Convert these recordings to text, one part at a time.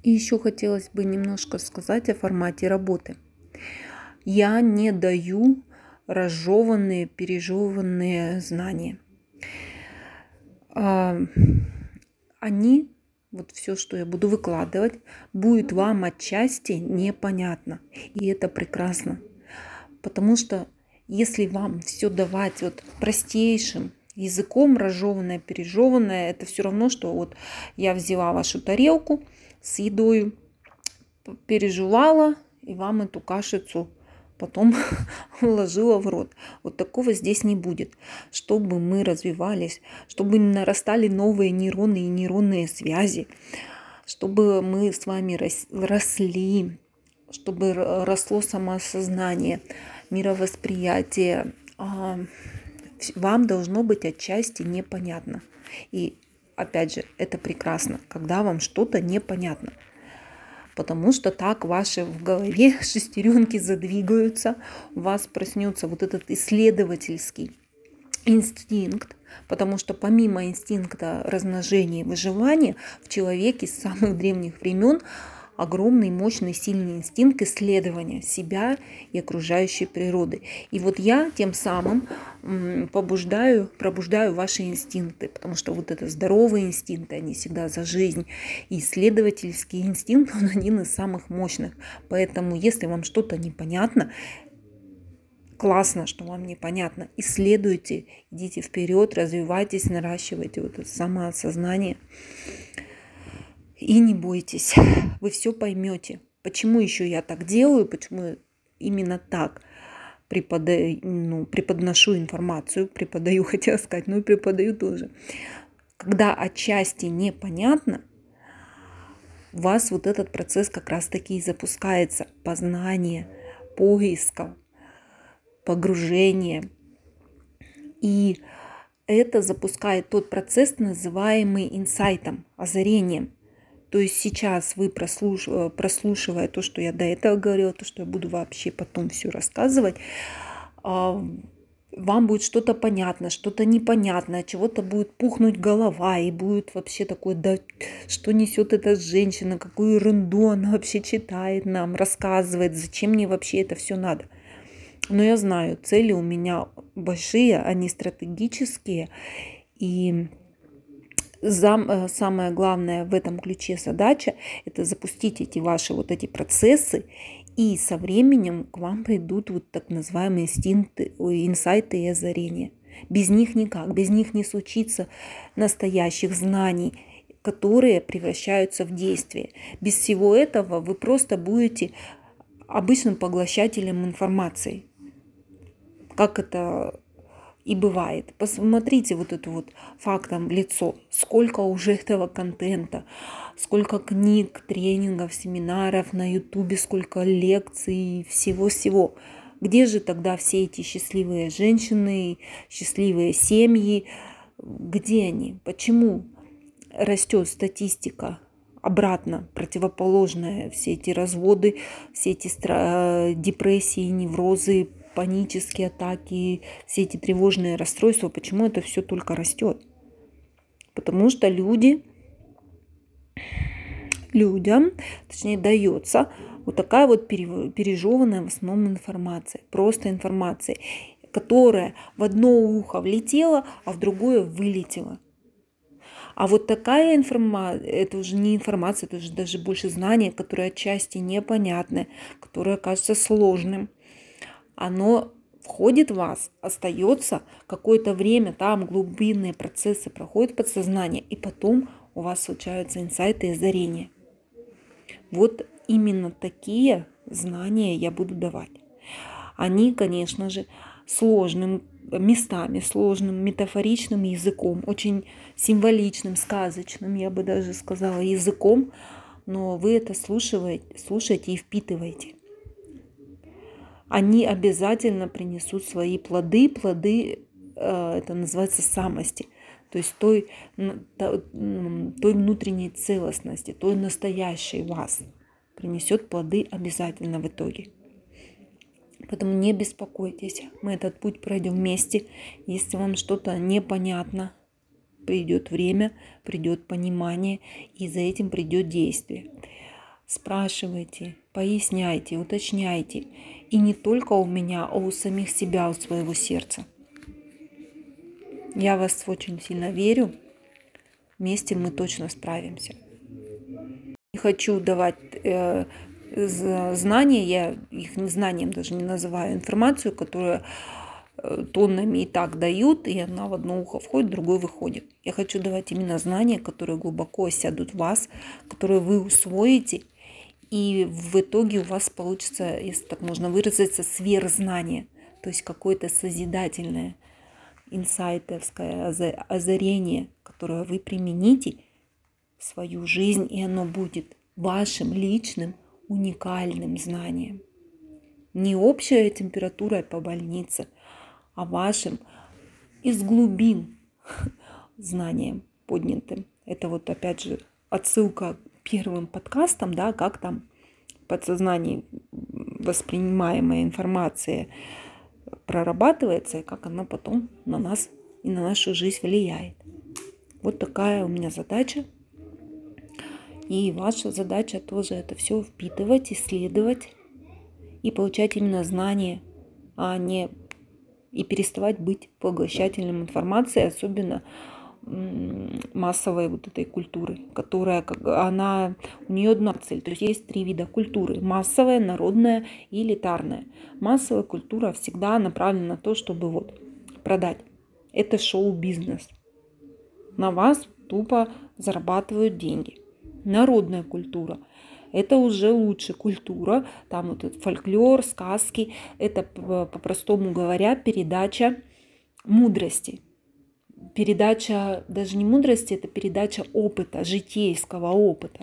И еще хотелось бы немножко сказать о формате работы. Я не даю разжеванные, пережеванные знания. Они, вот все, что я буду выкладывать, будет вам отчасти непонятно. И это прекрасно. Потому что если вам все давать вот простейшим языком, разжеванное, пережеванное, это все равно, что вот я взяла вашу тарелку с едой, пережевала и вам эту кашицу потом вложила в рот. Вот такого здесь не будет. Чтобы мы развивались, чтобы нарастали новые нейроны и нейронные связи, чтобы мы с вами росли, чтобы росло самоосознание, мировосприятие, вам должно быть отчасти непонятно. И опять же, это прекрасно, когда вам что-то непонятно. Потому что так ваши в голове шестеренки задвигаются, у вас проснется вот этот исследовательский инстинкт, потому что помимо инстинкта размножения и выживания в человеке с самых древних времен огромный, мощный, сильный инстинкт исследования себя и окружающей природы. И вот я тем самым пробуждаю ваши инстинкты, потому что вот это здоровые инстинкты, они всегда за жизнь. И исследовательский инстинкт, он один из самых мощных. Поэтому, если вам что-то непонятно, классно, что вам непонятно, исследуйте, идите вперед, развивайтесь, наращивайте вот это самоосознание. И не бойтесь, вы все поймете. Почему еще я так делаю, почему именно так преподношу информацию, преподаю, хотела сказать, и преподаю тоже. Когда отчасти непонятно, у вас вот этот процесс как раз-таки и запускается. Познание, поиска, погружение. И это запускает тот процесс, называемый инсайтом, озарением. То есть сейчас вы, прослушивая то, что я до этого говорила, то, что я буду вообще потом все рассказывать, вам будет что-то понятно, что-то непонятно, чего-то будет пухнуть голова, и будет вообще такое, да что несет эта женщина, какую ерунду она вообще читает нам, рассказывает, зачем мне вообще это все надо. Но я знаю, цели у меня большие, они стратегические, и самое главное в этом ключе задача – это запустить эти ваши вот эти процессы, и со временем к вам придут вот так называемые инсайты и озарения. Без них никак, без них не случится настоящих знаний, которые превращаются в действие. Без всего этого вы просто будете обычным поглощателем информации. Как это и бывает. Посмотрите вот это вот фактом в лицо. Сколько уже этого контента, сколько книг, тренингов, семинаров на ютубе, сколько лекций, всего-всего. Где же тогда все эти счастливые женщины, счастливые семьи? Где они? Почему растет статистика обратно, противоположная? Все эти разводы, все эти депрессии, неврозы, панические атаки, все эти тревожные расстройства, почему это все только растет? Потому что людям, точнее, дается вот такая вот пережеванная в основном информация, просто информация, которая в одно ухо влетела, а в другое вылетела. А вот такая информация, это уже не информация, это уже даже больше знание, которое отчасти непонятное, которое кажется сложным. Оно входит в вас, остается какое-то время, там глубинные процессы проходят подсознание, и потом у вас случаются инсайты и озарения. Вот именно такие знания я буду давать. Они, конечно же, сложным местами, сложным метафоричным языком, очень символичным, сказочным, я бы даже сказала, языком, но вы это слушаете и впитываете. Они обязательно принесут свои плоды, это называется самости, то есть той внутренней целостности, той настоящей вас принесет плоды обязательно в итоге. Поэтому не беспокойтесь, мы этот путь пройдем вместе. Если вам что-то непонятно, придет время, придет понимание, и за этим придет действие. спрашивайте, поясняйте, уточняйте. И не только у меня, а у самих себя, у своего сердца. Я в вас очень сильно верю. Вместе мы точно справимся. Не хочу давать знания, я их знанием даже не называю, информацию, которую тоннами и так дают, и она в одно ухо входит, в другое выходит. Я хочу давать именно знания, которые глубоко осядут в вас, которые вы усвоите, и в итоге у вас получится, если так можно выразиться, сверхзнание, то есть какое-то созидательное, инсайтовское озарение, которое вы примените в свою жизнь, и оно будет вашим личным уникальным знанием. Не общая температура по больнице, а вашим из глубин знанием поднятым. Это вот опять же отсылка к первым подкастам, да, как там в подсознании воспринимаемая информация прорабатывается и как она потом на нас и на нашу жизнь влияет. Вот такая у меня задача. И ваша задача тоже это все впитывать, исследовать и получать именно знания, а не и переставать быть поглощательным информацией, особенно массовой вот этой культуры, которая, у нее одна цель. То есть есть 3 вида культуры: массовая, народная и элитарная. Массовая культура всегда направлена на то, чтобы вот продать. Это шоу-бизнес. На вас тупо зарабатывают деньги. Народная культура – это уже лучше культура, там вот этот фольклор, сказки, это, по-простому говоря, передача мудрости. Передача даже не мудрости, это передача опыта, житейского опыта.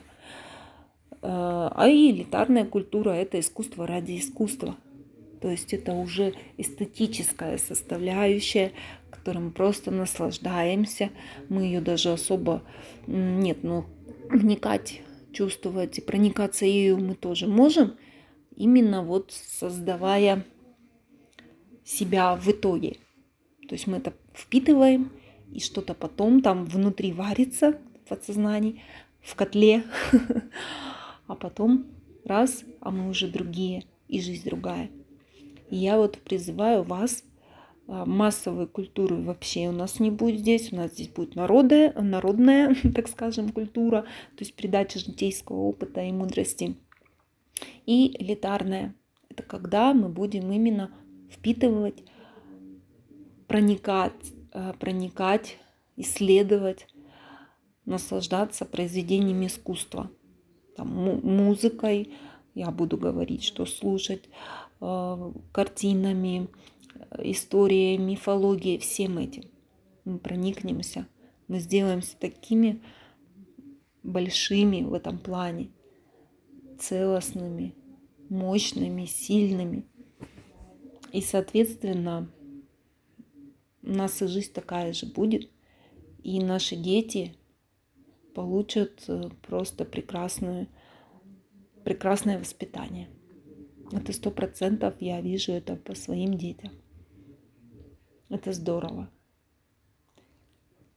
А элитарная культура – это искусство ради искусства. То есть это уже эстетическая составляющая, которой мы просто наслаждаемся. Мы ее даже особо вникать, чувствовать и проникаться ею мы тоже можем, именно вот создавая себя в итоге. То есть мы это впитываем, и что-то потом там внутри варится в подсознании, в котле, а потом раз, а мы уже другие, и жизнь другая. И я вот призываю вас, массовой культуры вообще у нас не будет здесь. У нас здесь будет народная, так скажем, культура, то есть передача житейского опыта и мудрости. И элитарная – это когда мы будем именно впитывать, проникать, исследовать, наслаждаться произведениями искусства. Там, музыкой, я буду говорить, что слушать, картинами, история, мифология, всем этим. Мы проникнемся, мы сделаемся такими большими в этом плане, целостными, мощными, сильными. И, соответственно, у нас и жизнь такая же будет, и наши дети получат просто прекрасное воспитание. Это 100% я вижу это по своим детям. Это здорово.